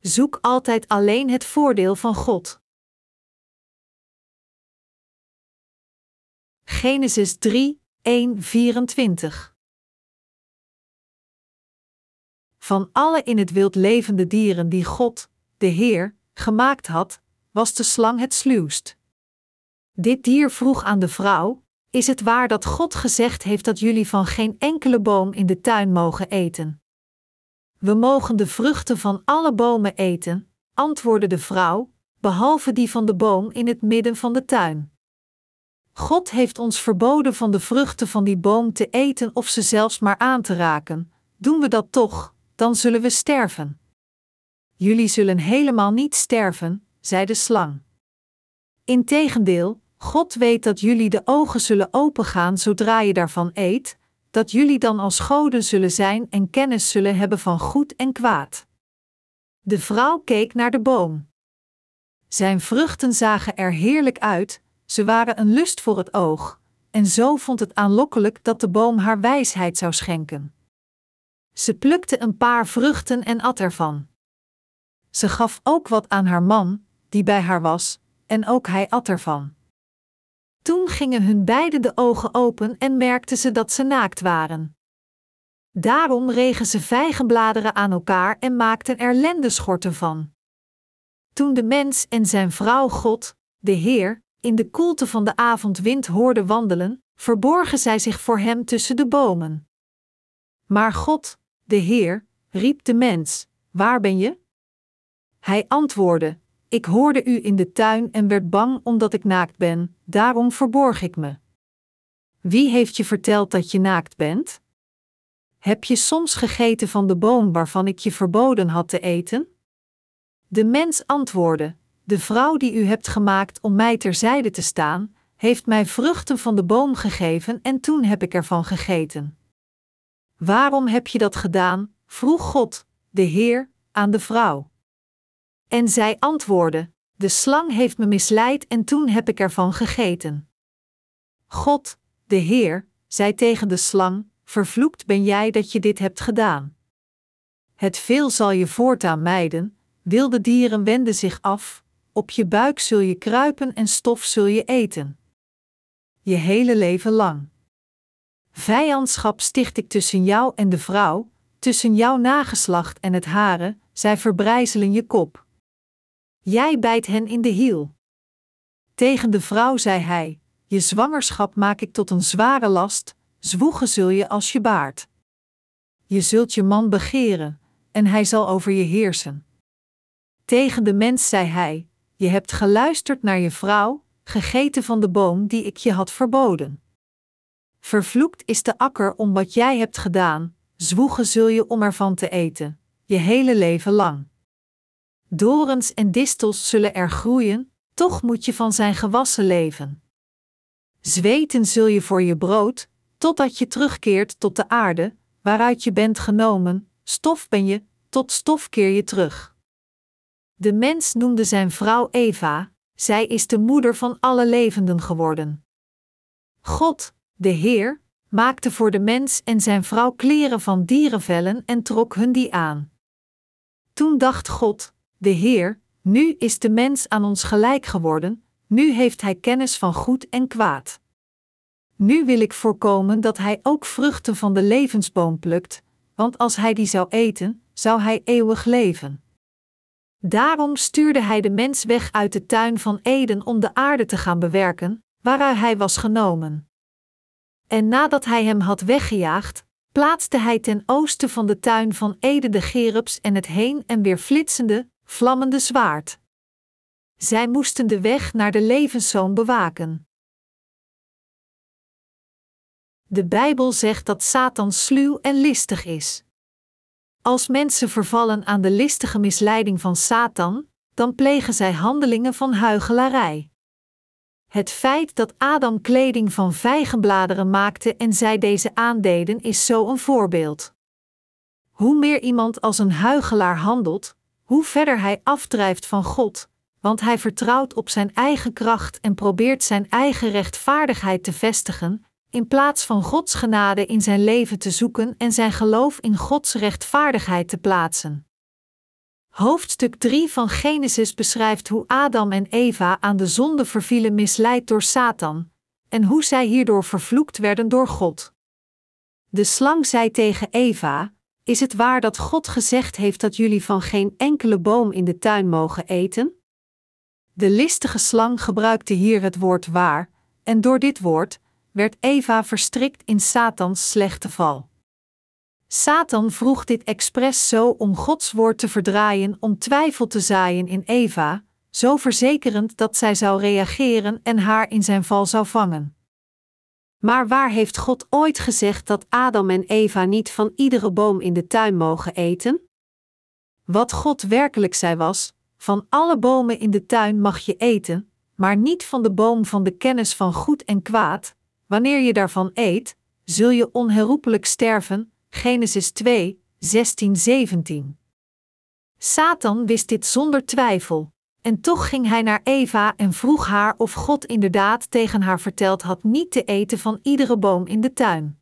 Zoek altijd alleen het voordeel van God. Genesis 3, 1-24. Van alle in het wild levende dieren die God, de Heer, gemaakt had, was de slang het sluwst. Dit dier vroeg aan de vrouw: is het waar dat God gezegd heeft dat jullie van geen enkele boom in de tuin mogen eten? We mogen de vruchten van alle bomen eten, antwoordde de vrouw, behalve die van de boom in het midden van de tuin. God heeft ons verboden van de vruchten van die boom te eten of ze zelfs maar aan te raken. Doen we dat toch, dan zullen we sterven. Jullie zullen helemaal niet sterven, zei de slang. Integendeel, God weet dat jullie de ogen zullen opengaan zodra je daarvan eet, dat jullie dan als goden zullen zijn en kennis zullen hebben van goed en kwaad. De vrouw keek naar de boom. Zijn vruchten zagen er heerlijk uit, ze waren een lust voor het oog, en zo vond het aanlokkelijk dat de boom haar wijsheid zou schenken. Ze plukte een paar vruchten en at ervan. Ze gaf ook wat aan haar man, die bij haar was, en ook hij at ervan. Toen gingen hun beiden de ogen open en merkten ze dat ze naakt waren. Daarom regen ze vijgenbladeren aan elkaar en maakten er lendenschorten van. Toen de mens en zijn vrouw God, de Heer, in de koelte van de avondwind hoorden wandelen, verborgen zij zich voor hem tussen de bomen. Maar God, de Heer, riep de mens: waar ben je? Hij antwoordde: ik hoorde u in de tuin en werd bang omdat ik naakt ben, daarom verborg ik me. Wie heeft je verteld dat je naakt bent? Heb je soms gegeten van de boom waarvan ik je verboden had te eten? De mens antwoordde: de vrouw die u hebt gemaakt om mij terzijde te staan, heeft mij vruchten van de boom gegeven en toen heb ik ervan gegeten. Waarom heb je dat gedaan? Vroeg God, de Heer, aan de vrouw. En zij antwoordde: de slang heeft me misleid en toen heb ik ervan gegeten. God, de Heer, zei tegen de slang: vervloekt ben jij dat je dit hebt gedaan. Het veel zal je voortaan mijden, wilde dieren wenden zich af, op je buik zul je kruipen en stof zul je eten. Je hele leven lang. Vijandschap sticht ik tussen jou en de vrouw, tussen jouw nageslacht en het hare, zij verbrijzelen je kop. Jij bijt hen in de hiel. Tegen de vrouw zei hij: je zwangerschap maak ik tot een zware last, zwoegen zul je als je baart. Je zult je man begeren, en hij zal over je heersen. Tegen de mens zei hij: je hebt geluisterd naar je vrouw, gegeten van de boom die ik je had verboden. Vervloekt is de akker om wat jij hebt gedaan, zwoegen zul je om ervan te eten, je hele leven lang. Dorens en distels zullen er groeien, toch moet je van zijn gewassen leven. Zweten zul je voor je brood, totdat je terugkeert tot de aarde, waaruit je bent genomen, stof ben je, tot stof keer je terug. De mens noemde zijn vrouw Eva, zij is de moeder van alle levenden geworden. God, de Heer, maakte voor de mens en zijn vrouw kleren van dierenvellen en trok hun die aan. Toen dacht God, de Heer, nu is de mens aan ons gelijk geworden, nu heeft hij kennis van goed en kwaad. Nu wil ik voorkomen dat hij ook vruchten van de levensboom plukt, want als hij die zou eten, zou hij eeuwig leven. Daarom stuurde hij de mens weg uit de tuin van Eden om de aarde te gaan bewerken, waaruit hij was genomen. En nadat hij hem had weggejaagd, plaatste hij ten oosten van de tuin van Eden de gerubs en het heen en weer flitsende, vlammende zwaard. Zij moesten de weg naar de levenszoon bewaken. De Bijbel zegt dat Satan sluw en listig is. Als mensen vervallen aan de listige misleiding van Satan, dan plegen zij handelingen van huichelarij. Het feit dat Adam kleding van vijgenbladeren maakte en zij deze aandeden is zo een voorbeeld. Hoe meer iemand als een huichelaar handelt, hoe verder hij afdrijft van God, want hij vertrouwt op zijn eigen kracht en probeert zijn eigen rechtvaardigheid te vestigen, in plaats van Gods genade in zijn leven te zoeken en zijn geloof in Gods rechtvaardigheid te plaatsen. Hoofdstuk 3 van Genesis beschrijft hoe Adam en Eva aan de zonde vervielen misleid door Satan, en hoe zij hierdoor vervloekt werden door God. De slang zei tegen Eva: Is het waar dat God gezegd heeft dat jullie van geen enkele boom in de tuin mogen eten? De listige slang gebruikte hier het woord waar, en door dit woord werd Eva verstrikt in Satans slechte val. Satan vroeg dit expres zo om Gods woord te verdraaien, om twijfel te zaaien in Eva, zo verzekerend dat zij zou reageren en haar in zijn val zou vangen. Maar waar heeft God ooit gezegd dat Adam en Eva niet van iedere boom in de tuin mogen eten? Wat God werkelijk zei was: van alle bomen in de tuin mag je eten, maar niet van de boom van de kennis van goed en kwaad. Wanneer je daarvan eet, zul je onherroepelijk sterven. Genesis 2, 16-17. Satan wist dit zonder twijfel, en toch ging hij naar Eva en vroeg haar of God inderdaad tegen haar verteld had niet te eten van iedere boom in de tuin.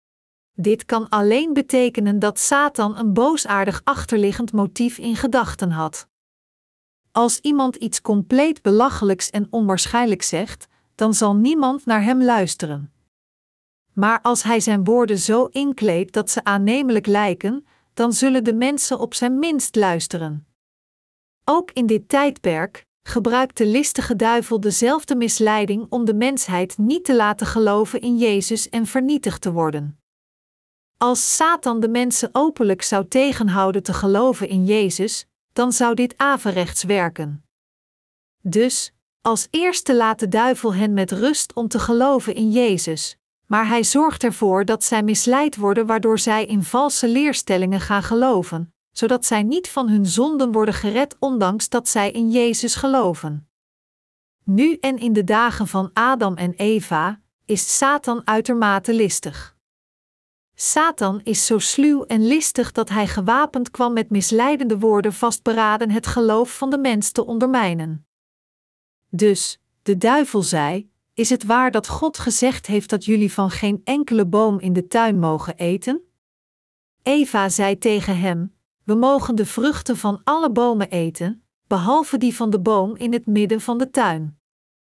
Dit kan alleen betekenen dat Satan een boosaardig achterliggend motief in gedachten had. Als iemand iets compleet belachelijks en onwaarschijnlijks zegt, dan zal niemand naar hem luisteren. Maar als hij zijn woorden zo inkleedt dat ze aannemelijk lijken, dan zullen de mensen op zijn minst luisteren. Ook in dit tijdperk gebruikt de listige duivel dezelfde misleiding om de mensheid niet te laten geloven in Jezus en vernietigd te worden. Als Satan de mensen openlijk zou tegenhouden te geloven in Jezus, dan zou dit averechts werken. Dus, als eerste laat de duivel hen met rust om te geloven in Jezus, maar hij zorgt ervoor dat zij misleid worden waardoor zij in valse leerstellingen gaan geloven, zodat zij niet van hun zonden worden gered ondanks dat zij in Jezus geloven. Nu en in de dagen van Adam en Eva is Satan uitermate listig. Satan is zo sluw en listig dat hij gewapend kwam met misleidende woorden vastberaden het geloof van de mens te ondermijnen. Dus, de duivel zei: Is het waar dat God gezegd heeft dat jullie van geen enkele boom in de tuin mogen eten? Eva zei tegen hem: We mogen de vruchten van alle bomen eten, behalve die van de boom in het midden van de tuin.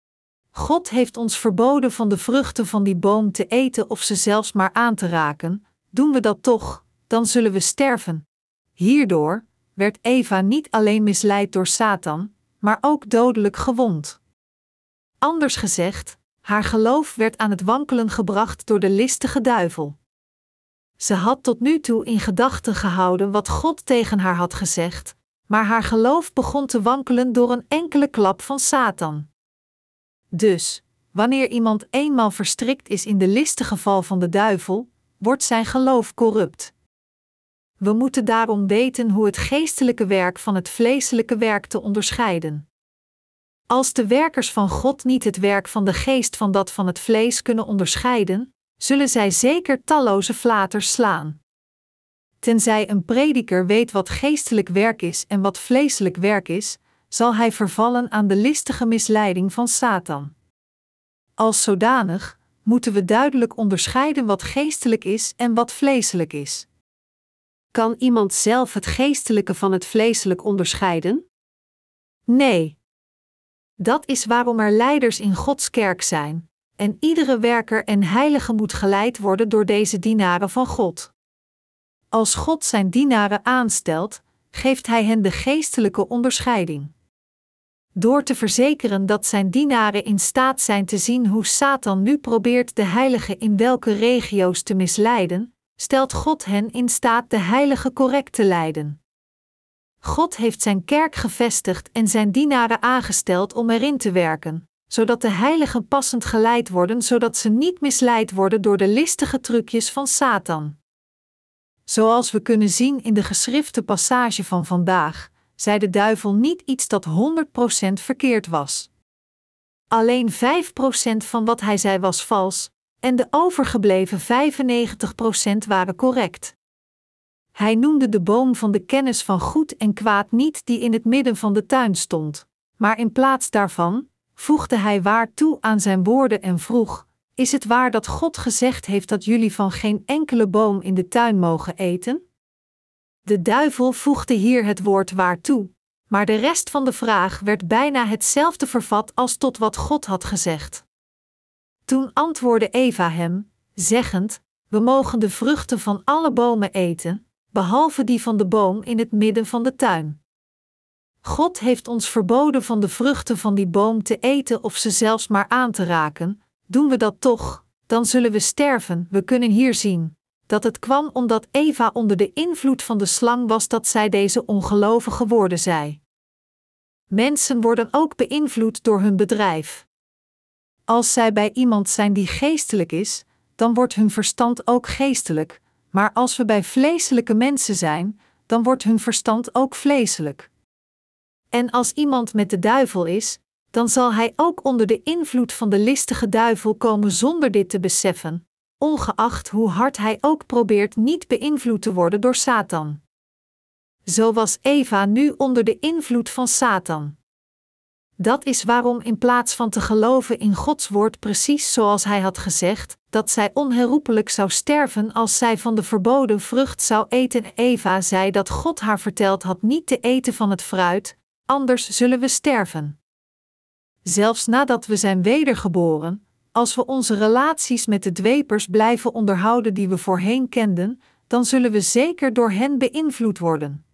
God heeft ons verboden van de vruchten van die boom te eten of ze zelfs maar aan te raken. Doen we dat toch, dan zullen we sterven. Hierdoor werd Eva niet alleen misleid door Satan, maar ook dodelijk gewond. Anders gezegd, haar geloof werd aan het wankelen gebracht door de listige duivel. Ze had tot nu toe in gedachten gehouden wat God tegen haar had gezegd, maar haar geloof begon te wankelen door een enkele klap van Satan. Dus, wanneer iemand eenmaal verstrikt is in de listige val van de duivel, wordt zijn geloof corrupt. We moeten daarom weten hoe het geestelijke werk van het vleeselijke werk te onderscheiden. Als de werkers van God niet het werk van de geest van dat van het vlees kunnen onderscheiden, zullen zij zeker talloze flaters slaan. Tenzij een prediker weet wat geestelijk werk is en wat vleeselijk werk is, zal hij vervallen aan de listige misleiding van Satan. Als zodanig moeten we duidelijk onderscheiden wat geestelijk is en wat vleeselijk is. Kan iemand zelf het geestelijke van het vleeselijk onderscheiden? Nee. Dat is waarom er leiders in Gods kerk zijn, en iedere werker en heilige moet geleid worden door deze dienaren van God. Als God zijn dienaren aanstelt, geeft hij hen de geestelijke onderscheiding. Door te verzekeren dat zijn dienaren in staat zijn te zien hoe Satan nu probeert de heiligen in welke regio's te misleiden, stelt God hen in staat de heiligen correct te leiden. God heeft zijn kerk gevestigd en zijn dienaren aangesteld om erin te werken, zodat de heiligen passend geleid worden zodat ze niet misleid worden door de listige trucjes van Satan. Zoals we kunnen zien in de geschrifte passage van vandaag, zei de duivel niet iets dat 100% verkeerd was. Alleen 5% van wat hij zei was vals, en de overgebleven 95% waren correct. Hij noemde de boom van de kennis van goed en kwaad niet die in het midden van de tuin stond, maar in plaats daarvan voegde hij waar toe aan zijn woorden en vroeg: Is het waar dat God gezegd heeft dat jullie van geen enkele boom in de tuin mogen eten? De duivel voegde hier het woord waar toe, maar de rest van de vraag werd bijna hetzelfde vervat als tot wat God had gezegd. Toen antwoordde Eva hem, zeggend: we mogen de vruchten van alle bomen eten, behalve die van de boom in het midden van de tuin. God heeft ons verboden van de vruchten van die boom te eten of ze zelfs maar aan te raken. Doen we dat toch, dan zullen we sterven. We kunnen hier zien dat het kwam omdat Eva onder de invloed van de slang was dat zij deze ongelovige woorden zei. Mensen worden ook beïnvloed door hun bedrijf. Als zij bij iemand zijn die geestelijk is, dan wordt hun verstand ook geestelijk, maar als we bij vleeselijke mensen zijn, dan wordt hun verstand ook vleeselijk. En als iemand met de duivel is, dan zal hij ook onder de invloed van de listige duivel komen zonder dit te beseffen, ongeacht hoe hard hij ook probeert niet beïnvloed te worden door Satan. Zo was Eva nu onder de invloed van Satan. Dat is waarom in plaats van te geloven in Gods woord precies zoals hij had gezegd, dat zij onherroepelijk zou sterven als zij van de verboden vrucht zou eten. Eva zei dat God haar verteld had niet te eten van het fruit, anders zullen we sterven. Zelfs nadat we zijn wedergeboren, als we onze relaties met de dwepers blijven onderhouden die we voorheen kenden, dan zullen we zeker door hen beïnvloed worden.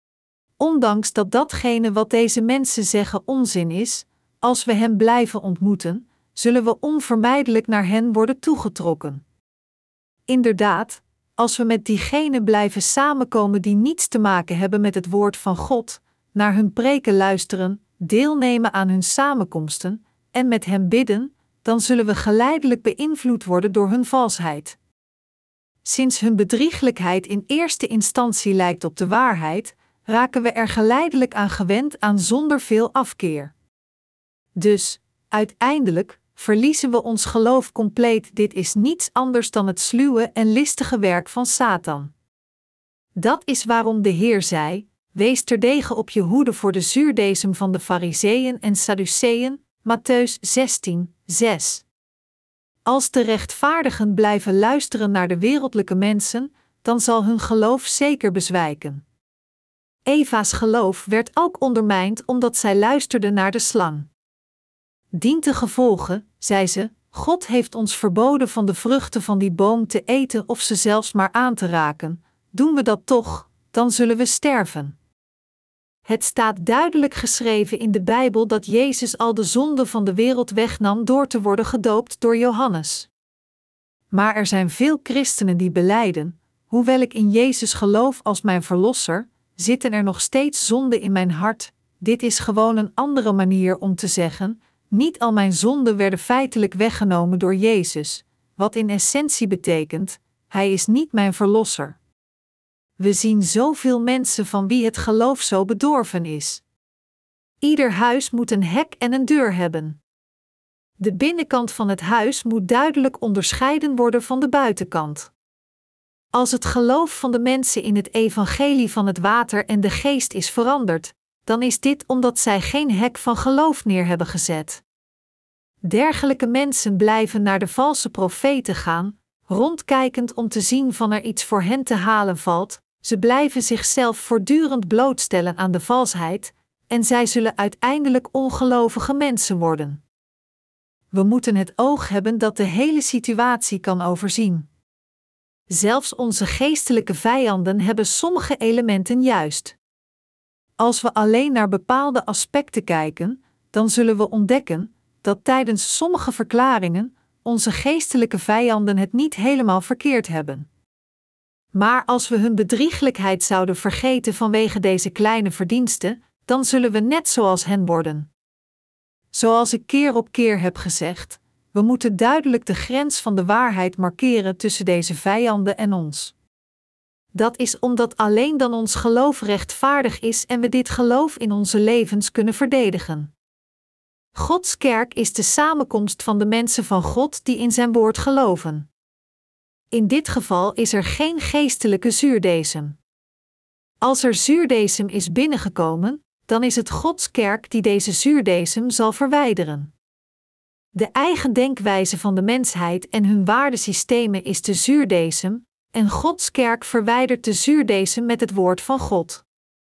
Ondanks dat datgene wat deze mensen zeggen onzin is, als we hen blijven ontmoeten, zullen we onvermijdelijk naar hen worden toegetrokken. Inderdaad, als we met diegenen blijven samenkomen die niets te maken hebben met het woord van God, naar hun preken luisteren, deelnemen aan hun samenkomsten en met hen bidden, dan zullen we geleidelijk beïnvloed worden door hun valsheid. Sinds hun bedrieglijkheid in eerste instantie lijkt op de waarheid, raken we er geleidelijk aan gewend zonder veel afkeer. Dus, uiteindelijk, verliezen we ons geloof compleet. Dit is niets anders dan het sluwe en listige werk van Satan. Dat is waarom de Heer zei: wees terdege op je hoede voor de zuurdesem van de Farizeeën en Sadduceeën, Mattheüs 16:6. Als de rechtvaardigen blijven luisteren naar de wereldlijke mensen, dan zal hun geloof zeker bezwijken. Eva's geloof werd ook ondermijnd omdat zij luisterde naar de slang. Dientengevolge, zei ze, God heeft ons verboden van de vruchten van die boom te eten of ze zelfs maar aan te raken. Doen we dat toch, dan zullen we sterven. Het staat duidelijk geschreven in de Bijbel dat Jezus al de zonde van de wereld wegnam door te worden gedoopt door Johannes. Maar er zijn veel christenen die belijden: hoewel ik in Jezus geloof als mijn verlosser, zitten er nog steeds zonden in mijn hart. Dit is gewoon een andere manier om te zeggen: niet al mijn zonden werden feitelijk weggenomen door Jezus, wat in essentie betekent: Hij is niet mijn verlosser. We zien zoveel mensen van wie het geloof zo bedorven is. Ieder huis moet een hek en een deur hebben. De binnenkant van het huis moet duidelijk onderscheiden worden van de buitenkant. Als het geloof van de mensen in het evangelie van het water en de geest is veranderd, dan is dit omdat zij geen hek van geloof neer hebben gezet. Dergelijke mensen blijven naar de valse profeten gaan, rondkijkend om te zien of er iets voor hen te halen valt. Ze blijven zichzelf voortdurend blootstellen aan de valsheid, en zij zullen uiteindelijk ongelovige mensen worden. We moeten het oog hebben dat de hele situatie kan overzien. Zelfs onze geestelijke vijanden hebben sommige elementen juist. Als we alleen naar bepaalde aspecten kijken, dan zullen we ontdekken dat tijdens sommige verklaringen onze geestelijke vijanden het niet helemaal verkeerd hebben. Maar als we hun bedrieglijkheid zouden vergeten vanwege deze kleine verdiensten, dan zullen we net zoals hen worden. Zoals ik keer op keer heb gezegd, we moeten duidelijk de grens van de waarheid markeren tussen deze vijanden en ons. Dat is omdat alleen dan ons geloof rechtvaardig is en we dit geloof in onze levens kunnen verdedigen. Gods kerk is de samenkomst van de mensen van God die in zijn woord geloven. In dit geval is er geen geestelijke zuurdesem. Als er zuurdesem is binnengekomen, dan is het Gods kerk die deze zuurdesem zal verwijderen. De eigen denkwijze van de mensheid en hun waardesystemen is de zuurdesem, en Gods kerk verwijdert de zuurdesem met het woord van God.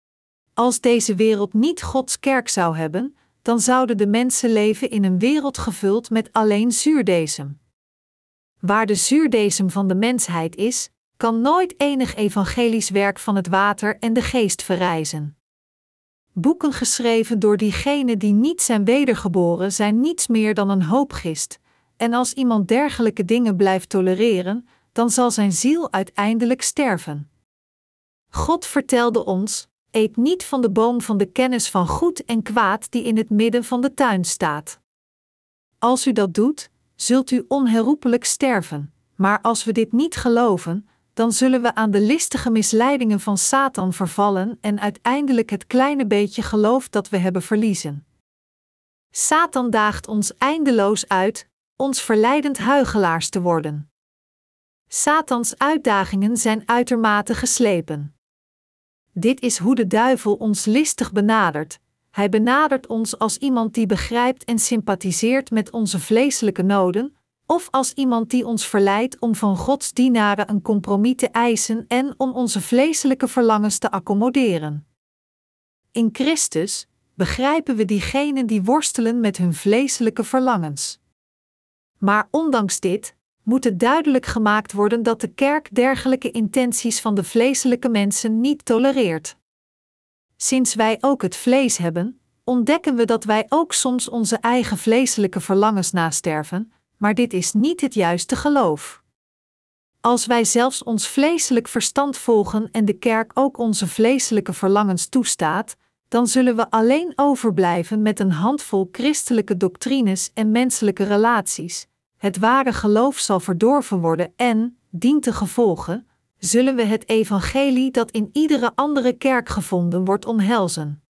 Als deze wereld niet Gods kerk zou hebben, dan zouden de mensen leven in een wereld gevuld met alleen zuurdesem. Waar de zuurdesem van de mensheid is, kan nooit enig evangelisch werk van het water en de geest verrijzen. Boeken geschreven door diegenen die niet zijn wedergeboren zijn niets meer dan een hoopgist, en als iemand dergelijke dingen blijft tolereren, dan zal zijn ziel uiteindelijk sterven. God vertelde ons: eet niet van de boom van de kennis van goed en kwaad die in het midden van de tuin staat. Als u dat doet, zult u onherroepelijk sterven, maar als we dit niet geloven, dan zullen we aan de listige misleidingen van Satan vervallen en uiteindelijk het kleine beetje geloof dat we hebben verliezen. Satan daagt ons eindeloos uit, ons verleidend huichelaars te worden. Satans uitdagingen zijn uitermate geslepen. Dit is hoe de duivel ons listig benadert. Hij benadert ons als iemand die begrijpt en sympathiseert met onze vleeselijke noden, of als iemand die ons verleidt om van Gods dienaren een compromis te eisen en om onze vleeselijke verlangens te accommoderen. In Christus begrijpen we diegenen die worstelen met hun vleeselijke verlangens. Maar ondanks dit moet het duidelijk gemaakt worden dat de kerk dergelijke intenties van de vleeselijke mensen niet tolereert. Sinds wij ook het vlees hebben, ontdekken we dat wij ook soms onze eigen vleeselijke verlangens nasterven, maar dit is niet het juiste geloof. Als wij zelfs ons vleeselijk verstand volgen en de kerk ook onze vleeselijke verlangens toestaat, dan zullen we alleen overblijven met een handvol christelijke doctrines en menselijke relaties. Het ware geloof zal verdorven worden en, dientengevolge, zullen we het evangelie dat in iedere andere kerk gevonden wordt omhelzen.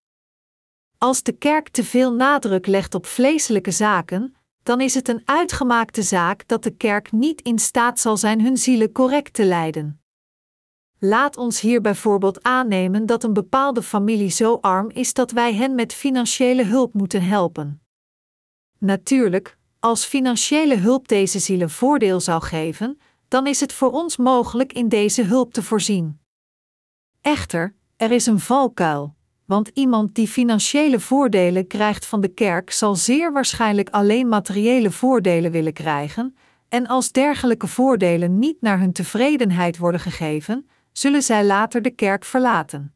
Als de kerk te veel nadruk legt op vleeselijke zaken, dan is het een uitgemaakte zaak dat de kerk niet in staat zal zijn hun zielen correct te leiden. Laat ons hier bijvoorbeeld aannemen dat een bepaalde familie zo arm is dat wij hen met financiële hulp moeten helpen. Natuurlijk, als financiële hulp deze zielen voordeel zou geven, dan is het voor ons mogelijk in deze hulp te voorzien. Echter, er is een valkuil, want iemand die financiële voordelen krijgt van de kerk zal zeer waarschijnlijk alleen materiële voordelen willen krijgen, en als dergelijke voordelen niet naar hun tevredenheid worden gegeven, zullen zij later de kerk verlaten.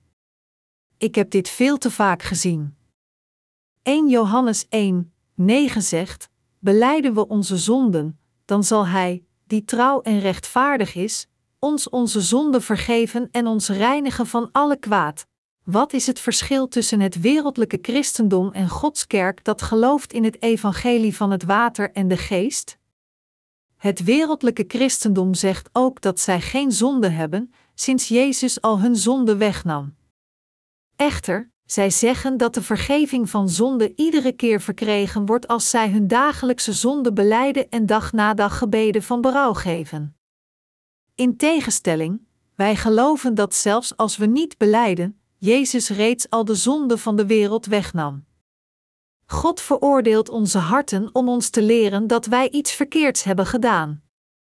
Ik heb dit veel te vaak gezien. 1 Johannes 1:9 zegt: belijden we onze zonden, dan zal Hij, die trouw en rechtvaardig is, ons onze zonden vergeven en ons reinigen van alle kwaad. Wat is het verschil tussen het wereldlijke christendom en Gods kerk dat gelooft in het evangelie van het water en de geest? Het wereldlijke christendom zegt ook dat zij geen zonde hebben, sinds Jezus al hun zonde wegnam. Echter, zij zeggen dat de vergeving van zonde iedere keer verkregen wordt als zij hun dagelijkse zonde belijden en dag na dag gebeden van berouw geven. In tegenstelling, wij geloven dat zelfs als we niet belijden, Jezus reeds al de zonde van de wereld wegnam. God veroordeelt onze harten om ons te leren dat wij iets verkeerds hebben gedaan.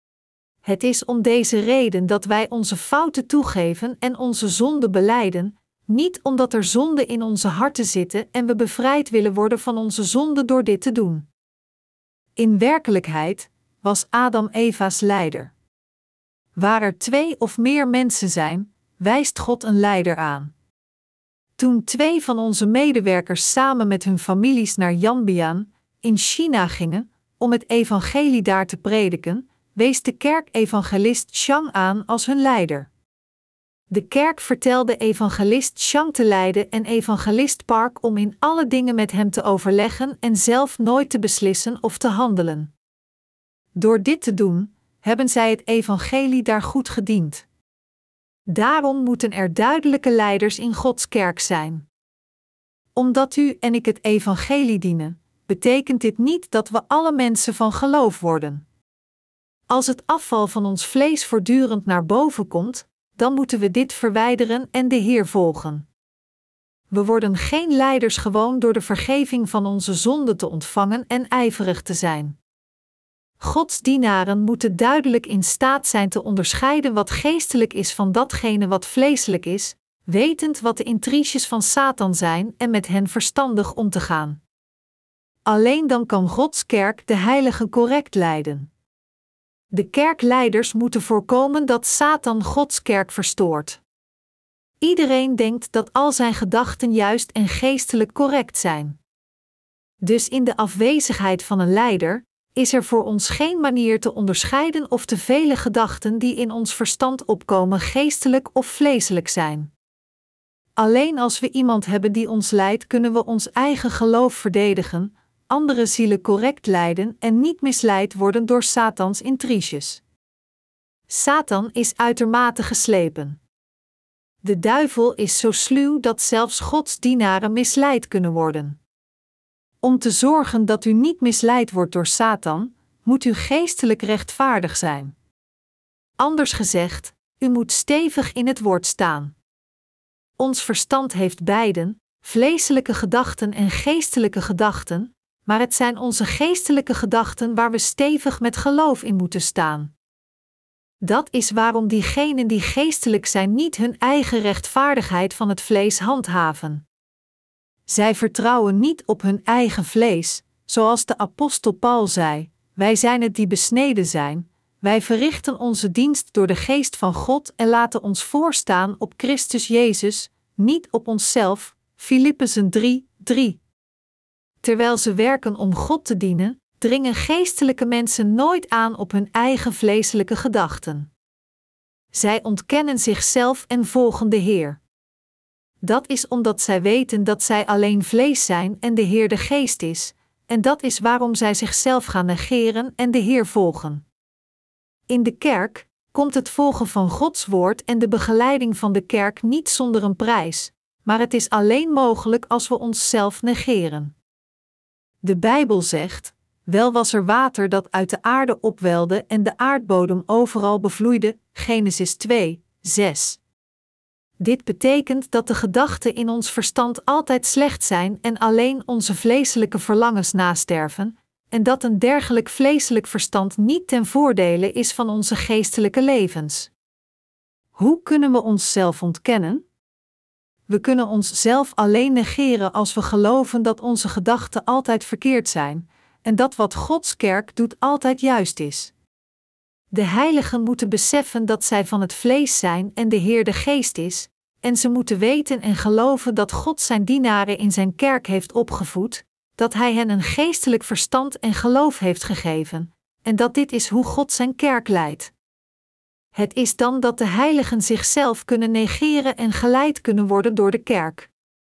Het is om deze reden dat wij onze fouten toegeven en onze zonde belijden, niet omdat er zonden in onze harten zitten en we bevrijd willen worden van onze zonde door dit te doen. In werkelijkheid was Adam Eva's leider. Waar er 2 of meer mensen zijn, wijst God een leider aan. Toen 2 van onze medewerkers samen met hun families naar Yanbian, in China gingen, om het evangelie daar te prediken, wees de kerk-evangelist Chang aan als hun leider. De kerk vertelde evangelist Chang te leiden en evangelist Park om in alle dingen met hem te overleggen en zelf nooit te beslissen of te handelen. Door dit te doen, hebben zij het evangelie daar goed gediend. Daarom moeten er duidelijke leiders in Gods kerk zijn. Omdat u en ik het evangelie dienen, betekent dit niet dat we alle mensen van geloof worden. Als het afval van ons vlees voortdurend naar boven komt, dan moeten we dit verwijderen en de Heer volgen. We worden geen leiders gewoon door de vergeving van onze zonden te ontvangen en ijverig te zijn. Gods dienaren moeten duidelijk in staat zijn te onderscheiden wat geestelijk is van datgene wat vleeselijk is, wetend wat de intriges van Satan zijn en met hen verstandig om te gaan. Alleen dan kan Gods kerk de heiligen correct leiden. De kerkleiders moeten voorkomen dat Satan Gods kerk verstoort. Iedereen denkt dat al zijn gedachten juist en geestelijk correct zijn. Dus in de afwezigheid van een leider is er voor ons geen manier te onderscheiden of de vele gedachten die in ons verstand opkomen geestelijk of vleeselijk zijn. Alleen als we iemand hebben die ons leidt, kunnen we ons eigen geloof verdedigen, andere zielen correct leiden en niet misleid worden door Satans intriges. Satan is uitermate geslepen. De duivel is zo sluw dat zelfs Gods dienaren misleid kunnen worden. Om te zorgen dat u niet misleid wordt door Satan, moet u geestelijk rechtvaardig zijn. Anders gezegd, u moet stevig in het woord staan. Ons verstand heeft beiden, vleeselijke gedachten en geestelijke gedachten, maar het zijn onze geestelijke gedachten waar we stevig met geloof in moeten staan. Dat is waarom diegenen die geestelijk zijn niet hun eigen rechtvaardigheid van het vlees handhaven. Zij vertrouwen niet op hun eigen vlees, zoals de apostel Paul zei: wij zijn het die besneden zijn, wij verrichten onze dienst door de geest van God en laten ons voorstaan op Christus Jezus, niet op onszelf. Filippenzen 3:3. Terwijl ze werken om God te dienen, dringen geestelijke mensen nooit aan op hun eigen vleeselijke gedachten. Zij ontkennen zichzelf en volgen de Heer. Dat is omdat zij weten dat zij alleen vlees zijn en de Heer de Geest is, en dat is waarom zij zichzelf gaan negeren en de Heer volgen. In de kerk komt het volgen van Gods woord en de begeleiding van de kerk niet zonder een prijs, maar het is alleen mogelijk als we onszelf negeren. De Bijbel zegt: wel was er water dat uit de aarde opwelde en de aardbodem overal bevloeide, Genesis 2:6. Dit betekent dat de gedachten in ons verstand altijd slecht zijn en alleen onze vleeselijke verlangens nasterven, en dat een dergelijk vleeselijk verstand niet ten voordele is van onze geestelijke levens. Hoe kunnen we onszelf ontkennen? We kunnen onszelf alleen negeren als we geloven dat onze gedachten altijd verkeerd zijn, en dat wat Gods kerk doet altijd juist is. De heiligen moeten beseffen dat zij van het vlees zijn en de Heer de Geest is, en ze moeten weten en geloven dat God zijn dienaren in zijn kerk heeft opgevoed, dat Hij hen een geestelijk verstand en geloof heeft gegeven, en dat dit is hoe God zijn kerk leidt. Het is dan dat de heiligen zichzelf kunnen negeren en geleid kunnen worden door de kerk.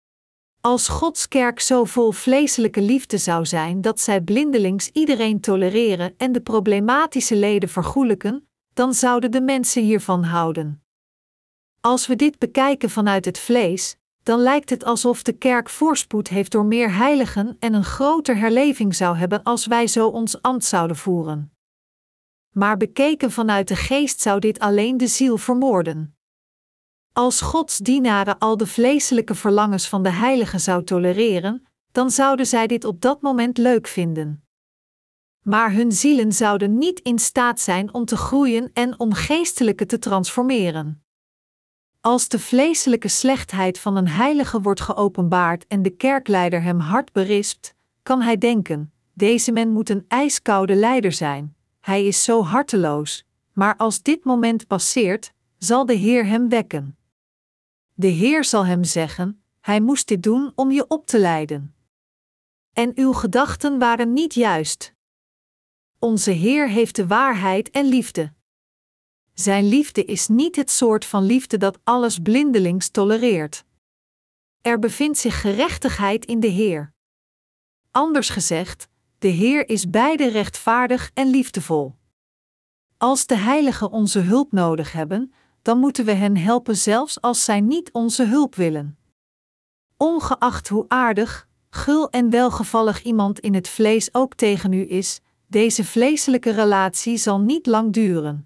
Als Gods kerk zo vol vleeselijke liefde zou zijn dat zij blindelings iedereen tolereren en de problematische leden vergoelijken, dan zouden de mensen hiervan houden. Als we dit bekijken vanuit het vlees, dan lijkt het alsof de kerk voorspoed heeft door meer heiligen en een groter herleving zou hebben als wij zo ons ambt zouden voeren. Maar bekeken vanuit de geest zou dit alleen de ziel vermoorden. Als Gods dienaren al de vleeselijke verlangens van de heiligen zou tolereren, dan zouden zij dit op dat moment leuk vinden. Maar hun zielen zouden niet in staat zijn om te groeien en om geestelijke te transformeren. Als de vleeselijke slechtheid van een heilige wordt geopenbaard en de kerkleider hem hard berispt, kan hij denken: deze man moet een ijskoude leider zijn, hij is zo harteloos, maar als dit moment passeert, zal de Heer hem wekken. De Heer zal hem zeggen: hij moest dit doen om je op te leiden. En uw gedachten waren niet juist. Onze Heer heeft de waarheid en liefde. Zijn liefde is niet het soort van liefde dat alles blindelings tolereert. Er bevindt zich gerechtigheid in de Heer. Anders gezegd, de Heer is beide rechtvaardig en liefdevol. Als de heiligen onze hulp nodig hebben, dan moeten we hen helpen zelfs als zij niet onze hulp willen. Ongeacht hoe aardig, gul en welgevallig iemand in het vlees ook tegen u is, deze vleeselijke relatie zal niet lang duren.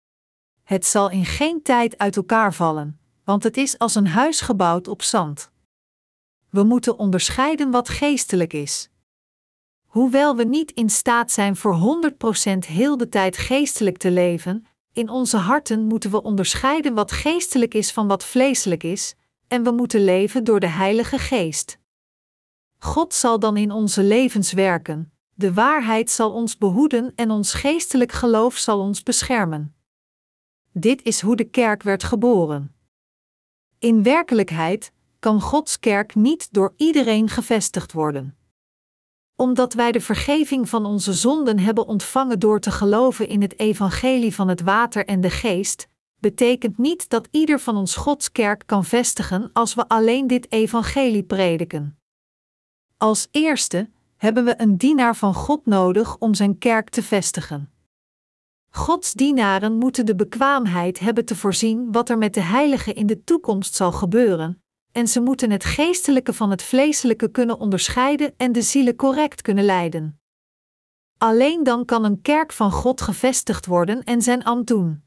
Het zal in geen tijd uit elkaar vallen, want het is als een huis gebouwd op zand. We moeten onderscheiden wat geestelijk is. Hoewel we niet in staat zijn voor 100% heel de tijd geestelijk te leven, in onze harten moeten we onderscheiden wat geestelijk is van wat vleeselijk is, en we moeten leven door de Heilige Geest. God zal dan in onze levens werken, de waarheid zal ons behoeden en ons geestelijk geloof zal ons beschermen. Dit is hoe de kerk werd geboren. In werkelijkheid kan Gods kerk niet door iedereen gevestigd worden. Omdat wij de vergeving van onze zonden hebben ontvangen door te geloven in het evangelie van het water en de geest, betekent niet dat ieder van ons Gods kerk kan vestigen als we alleen dit evangelie prediken. Als eerste hebben we een dienaar van God nodig om zijn kerk te vestigen. Gods dienaren moeten de bekwaamheid hebben te voorzien wat er met de heiligen in de toekomst zal gebeuren, en ze moeten het geestelijke van het vleeselijke kunnen onderscheiden en de zielen correct kunnen leiden. Alleen dan kan een kerk van God gevestigd worden en zijn ambt doen.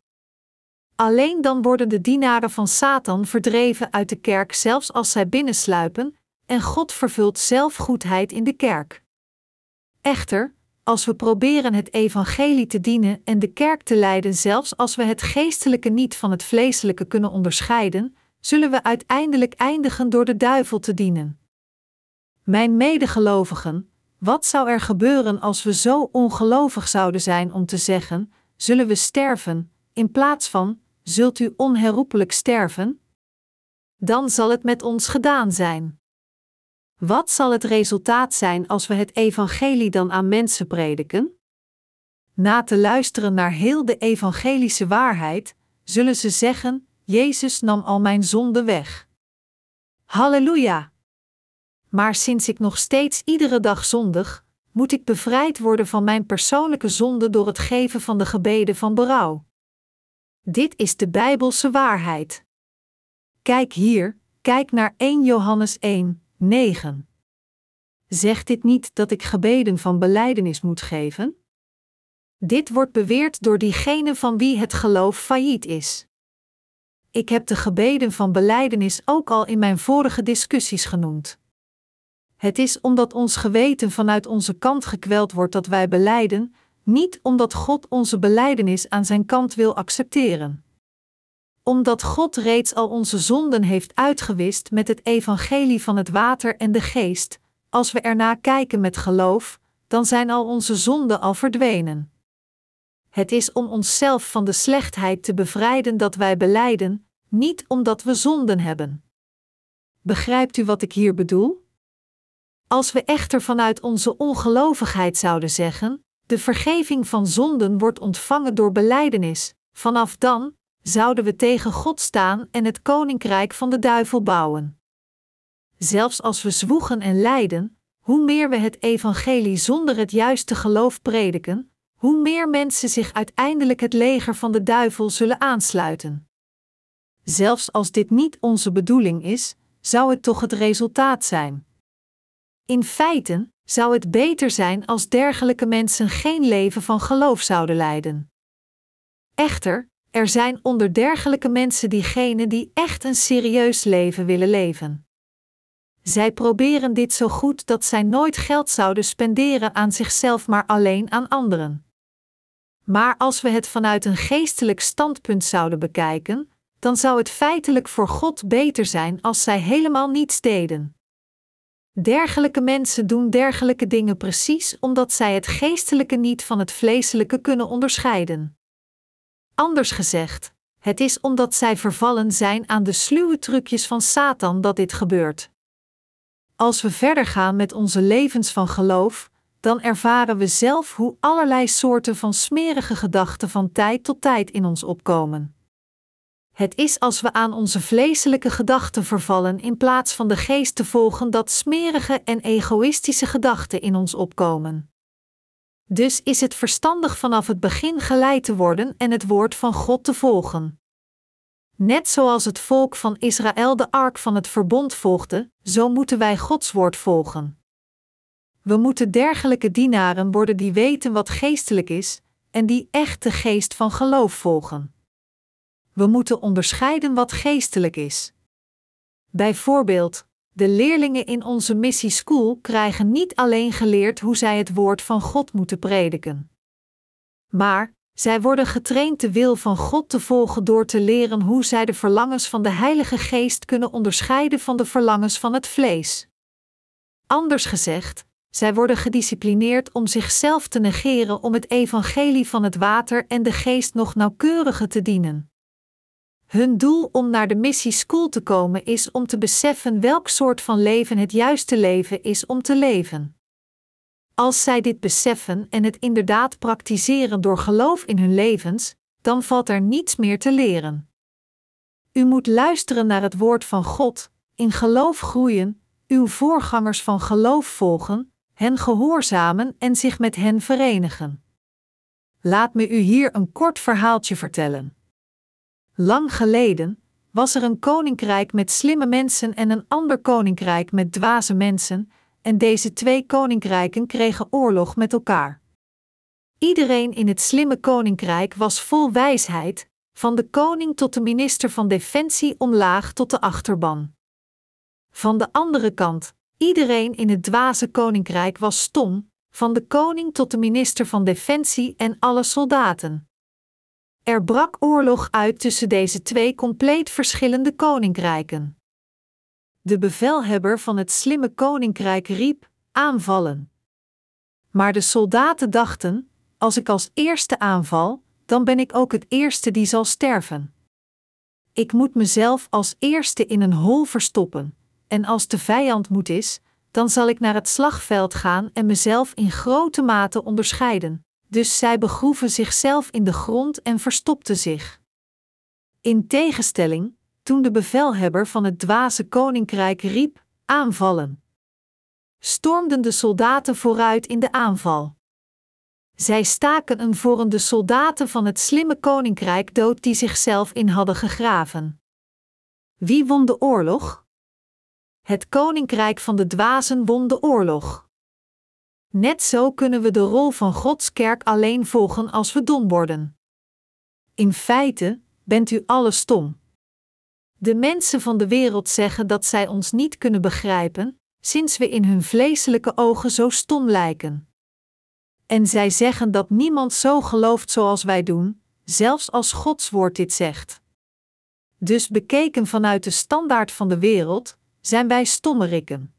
Alleen dan worden de dienaren van Satan verdreven uit de kerk zelfs als zij binnensluipen, en God vervult zelf goedheid in de kerk. Echter, als we proberen het evangelie te dienen en de kerk te leiden zelfs als we het geestelijke niet van het vleeselijke kunnen onderscheiden, zullen we uiteindelijk eindigen door de duivel te dienen. Mijn medegelovigen, wat zou er gebeuren als we zo ongelovig zouden zijn om te zeggen, zullen we sterven, in plaats van, zult u onherroepelijk sterven? Dan zal het met ons gedaan zijn. Wat zal het resultaat zijn als we het evangelie dan aan mensen prediken? Na te luisteren naar heel de evangelische waarheid, zullen ze zeggen, Jezus nam al mijn zonden weg. Halleluja! Maar sinds ik nog steeds iedere dag zondig, moet ik bevrijd worden van mijn persoonlijke zonde door het geven van de gebeden van berouw. Dit is de Bijbelse waarheid. Kijk hier, kijk naar 1 Johannes 1:9. Zegt dit niet dat ik gebeden van belijdenis moet geven? Dit wordt beweerd door diegene van wie het geloof failliet is. Ik heb de gebeden van belijdenis ook al in mijn vorige discussies genoemd. Het is omdat ons geweten vanuit onze kant gekweld wordt dat wij belijden, niet omdat God onze belijdenis aan zijn kant wil accepteren. Omdat God reeds al onze zonden heeft uitgewist met het evangelie van het water en de geest, als we ernaar kijken met geloof, dan zijn al onze zonden al verdwenen. Het is om onszelf van de slechtheid te bevrijden dat wij belijden, niet omdat we zonden hebben. Begrijpt u wat ik hier bedoel? Als we echter vanuit onze ongelovigheid zouden zeggen, de vergeving van zonden wordt ontvangen door belijdenis, vanaf dan zouden we tegen God staan en het koninkrijk van de duivel bouwen. Zelfs als we zwoegen en lijden, hoe meer we het evangelie zonder het juiste geloof prediken, hoe meer mensen zich uiteindelijk het leger van de duivel zullen aansluiten. Zelfs als dit niet onze bedoeling is, zou het toch het resultaat zijn. In feite zou het beter zijn als dergelijke mensen geen leven van geloof zouden leiden. Echter, er zijn onder dergelijke mensen diegenen die echt een serieus leven willen leven. Zij proberen dit zo goed dat zij nooit geld zouden spenderen aan zichzelf maar alleen aan anderen. Maar als we het vanuit een geestelijk standpunt zouden bekijken, dan zou het feitelijk voor God beter zijn als zij helemaal niets deden. Dergelijke mensen doen dergelijke dingen precies omdat zij het geestelijke niet van het vleeselijke kunnen onderscheiden. Anders gezegd, het is omdat zij vervallen zijn aan de sluwe trucjes van Satan dat dit gebeurt. Als we verder gaan met onze levens van geloof, dan ervaren we zelf hoe allerlei soorten van smerige gedachten van tijd tot tijd in ons opkomen. Het is als we aan onze vleeselijke gedachten vervallen in plaats van de geest te volgen dat smerige en egoïstische gedachten in ons opkomen. Dus is het verstandig vanaf het begin geleid te worden en het woord van God te volgen. Net zoals het volk van Israël de ark van het verbond volgde, zo moeten wij Gods woord volgen. We moeten dergelijke dienaren worden die weten wat geestelijk is, en die echt de geest van geloof volgen. We moeten onderscheiden wat geestelijk is. Bijvoorbeeld, De leerlingen in onze missieschool krijgen niet alleen geleerd hoe zij het woord van God moeten prediken. Maar zij worden getraind de wil van God te volgen door te leren hoe zij de verlangens van de Heilige Geest kunnen onderscheiden van de verlangens van het vlees. Anders gezegd, zij worden gedisciplineerd om zichzelf te negeren om het evangelie van het water en de geest nog nauwkeuriger te dienen. Hun doel om naar de missieschool te komen is om te beseffen welk soort van leven het juiste leven is om te leven. Als zij dit beseffen en het inderdaad praktiseren door geloof in hun levens, dan valt er niets meer te leren. U moet luisteren naar het woord van God, in geloof groeien, uw voorgangers van geloof volgen, hen gehoorzamen en zich met hen verenigen. Laat me u hier een kort verhaaltje vertellen. Lang geleden was er een koninkrijk met slimme mensen en een ander koninkrijk met dwaze mensen, en deze twee koninkrijken kregen oorlog met elkaar. Iedereen in het slimme koninkrijk was vol wijsheid, van de koning tot de minister van Defensie omlaag tot de achterban. Van de andere kant, iedereen in het dwaze koninkrijk was stom, van de koning tot de minister van Defensie en alle soldaten. Er brak oorlog uit tussen deze twee compleet verschillende koninkrijken. De bevelhebber van het slimme koninkrijk riep: aanvallen. Maar de soldaten dachten: als ik als eerste aanval, dan ben ik ook het eerste die zal sterven. Ik moet mezelf als eerste in een hol verstoppen, en als de vijand moed is, dan zal ik naar het slagveld gaan en mezelf in grote mate onderscheiden. Dus zij begroeven zichzelf in de grond en verstopten zich. In tegenstelling, toen de bevelhebber van het dwaze koninkrijk riep: aanvallen, stormden de soldaten vooruit in de aanval. Zij staken een voor de soldaten van het slimme koninkrijk dood die zichzelf in hadden gegraven. Wie won de oorlog? Het koninkrijk van de dwazen won de oorlog. Net zo kunnen we de rol van Gods kerk alleen volgen als we dom worden. In feite bent u alle stom. De mensen van de wereld zeggen dat zij ons niet kunnen begrijpen, sinds we in hun vleeselijke ogen zo stom lijken. En zij zeggen dat niemand zo gelooft zoals wij doen, zelfs als Gods woord dit zegt. Dus bekeken vanuit de standaard van de wereld, zijn wij stommerikken.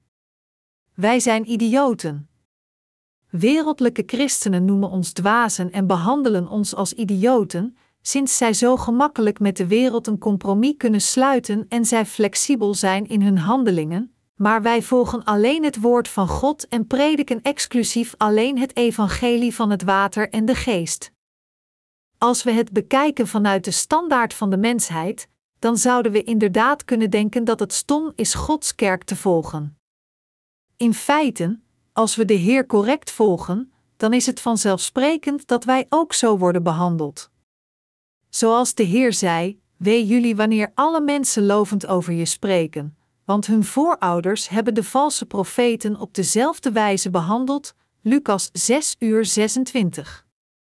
Wij zijn idioten. Wereldlijke christenen noemen ons dwazen en behandelen ons als idioten, sinds zij zo gemakkelijk met de wereld een compromis kunnen sluiten en zij flexibel zijn in hun handelingen, maar wij volgen alleen het woord van God en prediken exclusief alleen het evangelie van het water en de geest. Als we het bekijken vanuit de standaard van de mensheid, dan zouden we inderdaad kunnen denken dat het stom is Gods kerk te volgen. In feite, als we de Heer correct volgen, dan is het vanzelfsprekend dat wij ook zo worden behandeld. Zoals de Heer zei: wee jullie wanneer alle mensen lovend over je spreken, want hun voorouders hebben de valse profeten op dezelfde wijze behandeld. Lucas 6:26.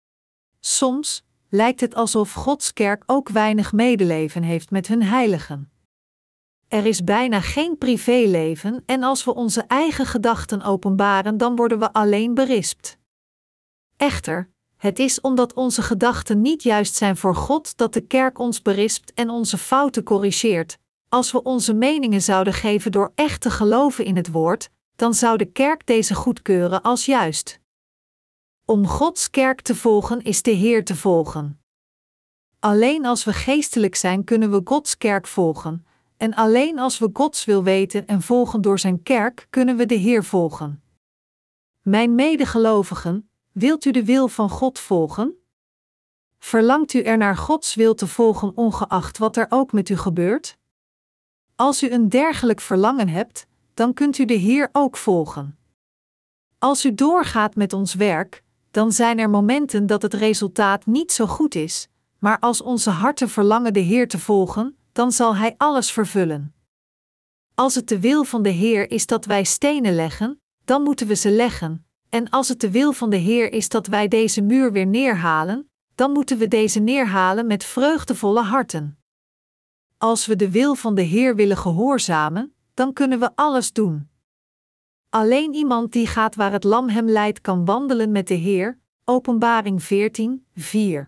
Soms lijkt het alsof Gods kerk ook weinig medeleven heeft met hun heiligen. Er is bijna geen privéleven en als we onze eigen gedachten openbaren, dan worden we alleen berispt. Echter, het is omdat onze gedachten niet juist zijn voor God dat de kerk ons berispt en onze fouten corrigeert. Als we onze meningen zouden geven door echt te geloven in het woord, dan zou de kerk deze goedkeuren als juist. Om Gods kerk te volgen is de Heer te volgen. Alleen als we geestelijk zijn kunnen we Gods kerk volgen, en alleen als we Gods wil weten en volgen door zijn kerk kunnen we de Heer volgen. Mijn medegelovigen, wilt u de wil van God volgen? Verlangt u er naar Gods wil te volgen ongeacht wat er ook met u gebeurt? Als u een dergelijk verlangen hebt, dan kunt u de Heer ook volgen. Als u doorgaat met ons werk, dan zijn er momenten dat het resultaat niet zo goed is, maar als onze harten verlangen de Heer te volgen, dan zal Hij alles vervullen. Als het de wil van de Heer is dat wij stenen leggen, dan moeten we ze leggen, en als het de wil van de Heer is dat wij deze muur weer neerhalen, dan moeten we deze neerhalen met vreugdevolle harten. Als we de wil van de Heer willen gehoorzamen, dan kunnen we alles doen. Alleen iemand die gaat waar het lam hem leidt kan wandelen met de Heer. Openbaring 14:4.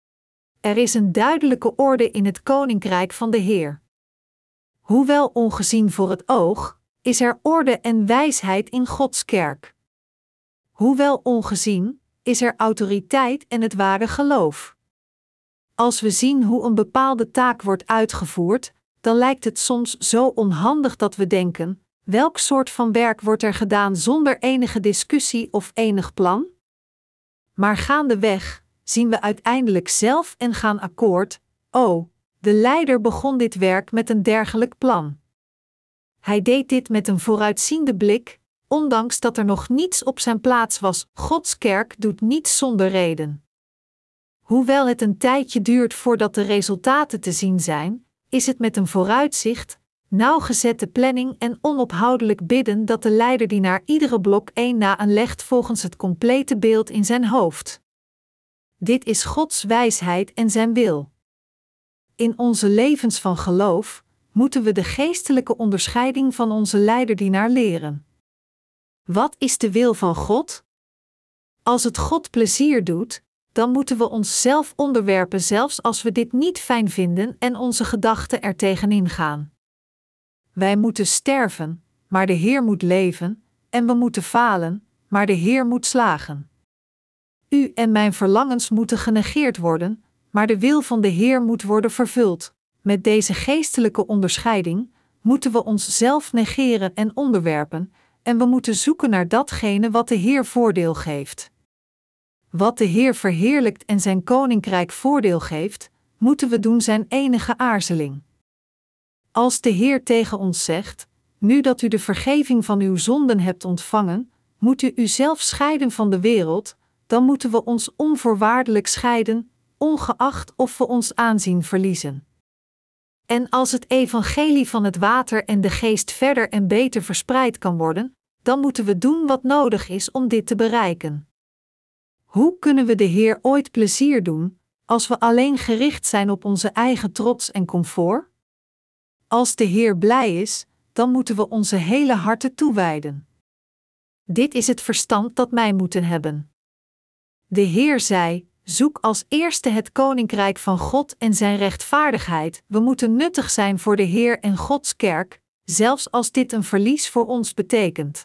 Er is een duidelijke orde in het koninkrijk van de Heer. Hoewel ongezien voor het oog, is er orde en wijsheid in Gods kerk. Hoewel ongezien, is er autoriteit en het ware geloof. Als we zien hoe een bepaalde taak wordt uitgevoerd, dan lijkt het soms zo onhandig dat we denken: welk soort van werk wordt er gedaan zonder enige discussie of enig plan? Maar gaandeweg zien we uiteindelijk zelf en gaan akkoord: oh, de leider begon dit werk met een dergelijk plan. Hij deed dit met een vooruitziende blik, ondanks dat er nog niets op zijn plaats was. Gods kerk doet niets zonder reden. Hoewel het een tijdje duurt voordat de resultaten te zien zijn, is het met een vooruitzicht, nauwgezette planning en onophoudelijk bidden dat de leiderdienaar iedere blok één na een legt volgens het complete beeld in zijn hoofd. Dit is Gods wijsheid en zijn wil. In onze levens van geloof moeten we de geestelijke onderscheiding van onze leiderdienaar leren. Wat is de wil van God? Als het God plezier doet, dan moeten we onszelf onderwerpen zelfs als we dit niet fijn vinden en onze gedachten er tegenin gaan. Wij moeten sterven, maar de Heer moet leven, en we moeten falen, maar de Heer moet slagen. U en mijn verlangens moeten genegeerd worden, maar de wil van de Heer moet worden vervuld. Met deze geestelijke onderscheiding moeten we onszelf negeren en onderwerpen, en we moeten zoeken naar datgene wat de Heer voordeel geeft. Wat de Heer verheerlijkt en zijn koninkrijk voordeel geeft, moeten we doen zijn enige aarzeling. Als de Heer tegen ons zegt: nu dat u de vergeving van uw zonden hebt ontvangen, moet u uzelf scheiden van de wereld, dan moeten we ons onvoorwaardelijk scheiden, ongeacht of we ons aanzien verliezen. En als het evangelie van het water en de geest verder en beter verspreid kan worden, dan moeten we doen wat nodig is om dit te bereiken. Hoe kunnen we de Heer ooit plezier doen, als we alleen gericht zijn op onze eigen trots en comfort? Als de Heer blij is, dan moeten we onze hele harten toewijden. Dit is het verstand dat wij moeten hebben. De Heer zei: zoek als eerste het koninkrijk van God en zijn rechtvaardigheid. We moeten nuttig zijn voor de Heer en Gods kerk, zelfs als dit een verlies voor ons betekent.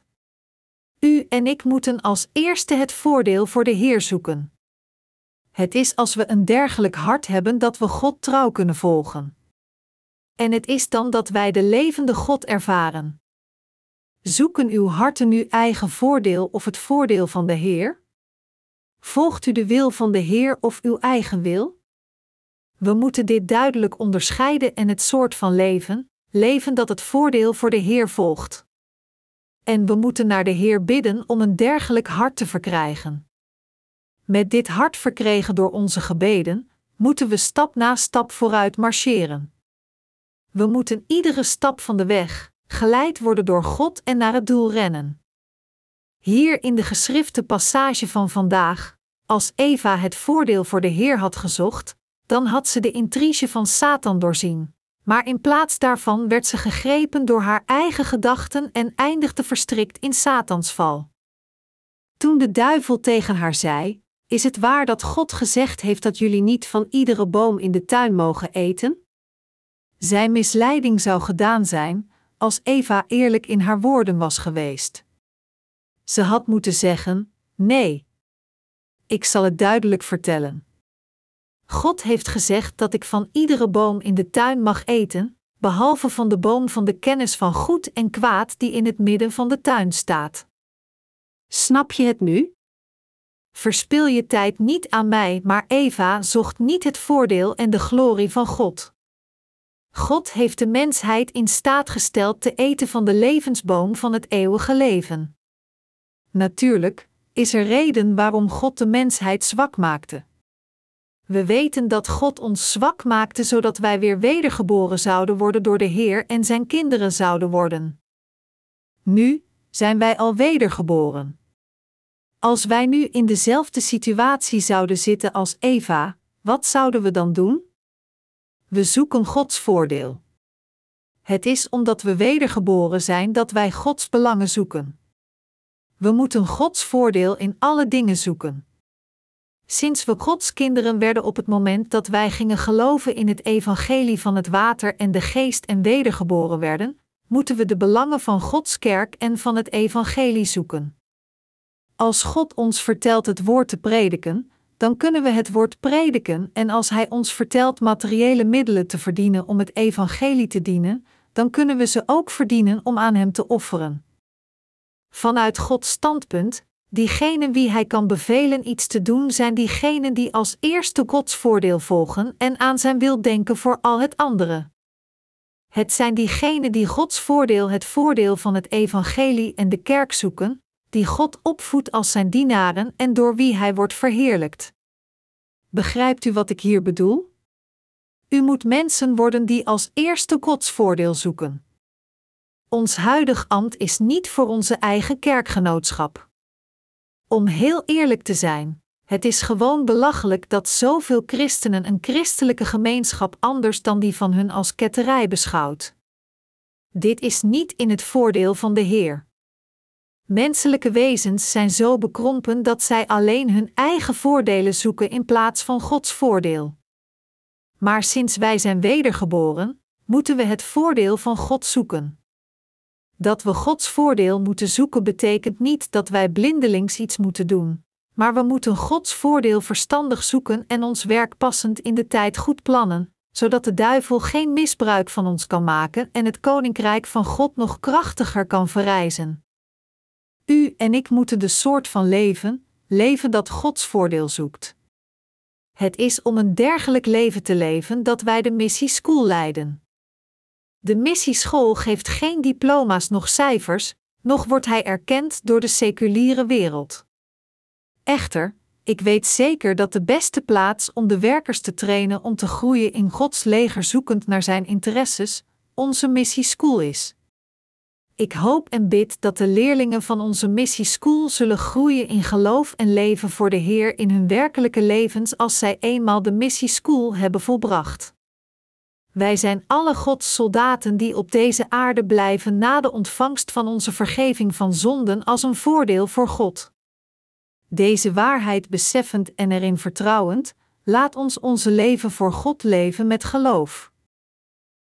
U en ik moeten als eerste het voordeel voor de Heer zoeken. Het is als we een dergelijk hart hebben dat we God trouw kunnen volgen. En het is dan dat wij de levende God ervaren. Zoeken uw harten uw eigen voordeel of het voordeel van de Heer? Volgt u de wil van de Heer of uw eigen wil? We moeten dit duidelijk onderscheiden en het soort van leven dat het voordeel voor de Heer volgt. En we moeten naar de Heer bidden om een dergelijk hart te verkrijgen. Met dit hart verkregen door onze gebeden, moeten we stap na stap vooruit marcheren. We moeten iedere stap van de weg geleid worden door God en naar het doel rennen. Hier in de geschrifte passage van vandaag: als Eva het voordeel voor de Heer had gezocht, dan had ze de intrige van Satan doorzien. Maar in plaats daarvan werd ze gegrepen door haar eigen gedachten en eindigde verstrikt in Satans val. Toen de duivel tegen haar zei: is het waar dat God gezegd heeft dat jullie niet van iedere boom in de tuin mogen eten? Zijn misleiding zou gedaan zijn, als Eva eerlijk in haar woorden was geweest. Ze had moeten zeggen: nee. Ik zal het duidelijk vertellen. God heeft gezegd dat ik van iedere boom in de tuin mag eten, behalve van de boom van de kennis van goed en kwaad die in het midden van de tuin staat. Snap je het nu? Verspil je tijd niet aan mij, maar Eva zocht niet het voordeel en de glorie van God. God heeft de mensheid in staat gesteld te eten van de levensboom van het eeuwige leven. Natuurlijk is er reden waarom God de mensheid zwak maakte. We weten dat God ons zwak maakte zodat wij weer wedergeboren zouden worden door de Heer en zijn kinderen zouden worden. Nu zijn wij al wedergeboren. Als wij nu in dezelfde situatie zouden zitten als Eva, wat zouden we dan doen? We zoeken Gods voordeel. Het is omdat we wedergeboren zijn dat wij Gods belangen zoeken. We moeten Gods voordeel in alle dingen zoeken. Sinds we Gods kinderen werden op het moment dat wij gingen geloven in het evangelie van het water en de geest en wedergeboren werden, moeten we de belangen van Gods kerk en van het evangelie zoeken. Als God ons vertelt het woord te prediken, dan kunnen we het woord prediken, en als Hij ons vertelt materiële middelen te verdienen om het evangelie te dienen, dan kunnen we ze ook verdienen om aan Hem te offeren. Vanuit Gods standpunt, diegenen wie Hij kan bevelen iets te doen zijn diegenen die als eerste Gods voordeel volgen en aan zijn wil denken voor al het andere. Het zijn diegenen die Gods voordeel, het voordeel van het evangelie en de kerk zoeken, die God opvoedt als zijn dienaren en door wie Hij wordt verheerlijkt. Begrijpt u wat ik hier bedoel? U moet mensen worden die als eerste Gods voordeel zoeken. Ons huidig ambt is niet voor onze eigen kerkgenootschap. Om heel eerlijk te zijn, het is gewoon belachelijk dat zoveel christenen een christelijke gemeenschap anders dan die van hun als ketterij beschouwt. Dit is niet in het voordeel van de Heer. Menselijke wezens zijn zo bekrompen dat zij alleen hun eigen voordelen zoeken in plaats van Gods voordeel. Maar sinds wij zijn wedergeboren, moeten we het voordeel van God zoeken. Dat we Gods voordeel moeten zoeken betekent niet dat wij blindelings iets moeten doen, maar we moeten Gods voordeel verstandig zoeken en ons werk passend in de tijd goed plannen, zodat de duivel geen misbruik van ons kan maken en het koninkrijk van God nog krachtiger kan verrijzen. U en ik moeten de soort van leven dat Gods voordeel zoekt. Het is om een dergelijk leven te leven dat wij de missieschool leiden. De missieschool geeft geen diploma's noch cijfers, noch wordt hij erkend door de seculiere wereld. Echter, ik weet zeker dat de beste plaats om de werkers te trainen om te groeien in Gods leger zoekend naar zijn interesses, onze missieschool is. Ik hoop en bid dat de leerlingen van onze missieschool zullen groeien in geloof en leven voor de Heer in hun werkelijke levens als zij eenmaal de missieschool hebben volbracht. Wij zijn alle Gods soldaten die op deze aarde blijven na de ontvangst van onze vergeving van zonden als een voordeel voor God. Deze waarheid beseffend en erin vertrouwend, laat ons onze leven voor God leven met geloof.